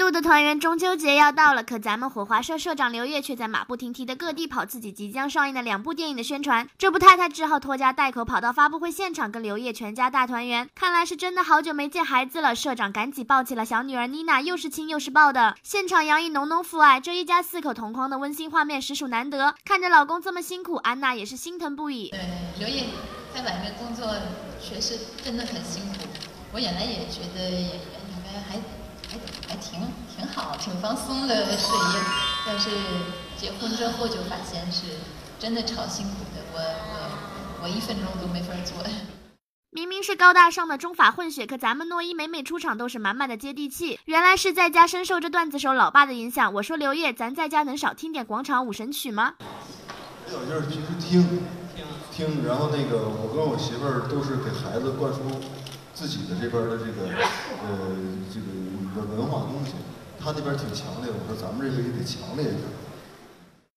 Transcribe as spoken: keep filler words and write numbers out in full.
度的团圆中秋节要到了，可咱们火花社社长刘烨却在马不停蹄的各地跑自己即将上映的两部电影的宣传。这不，太太只好拖家带口跑到发布会现场，跟刘烨全家大团圆。看来是真的好久没见孩子了，社长赶紧抱起了小女儿妮娜，又是亲又是抱的，现场洋溢浓浓父爱。这一家四口同框的温馨画面实属难得。看着老公这么辛苦，安娜也是心疼不已。 对，刘烨在外面工作确实真的很辛苦。我原来也觉得演员应该还还还挺挺好，挺放松的事业，但是结婚之后就发现是真的超辛苦的，我我我一分钟都没法做。 明明是高大上的中法混血，可咱们诺一每每出场都是满满的接地气。原来是在家深受这段子手老爸的影响。我说刘烨，咱在家能少听点广场舞神曲吗？ 没有，就是平时听听，然后那个我跟我媳妇儿都是给孩子灌输自己的这边的这个呃这个文化东西，他那边挺强烈的，我说咱们这个也得强烈一点。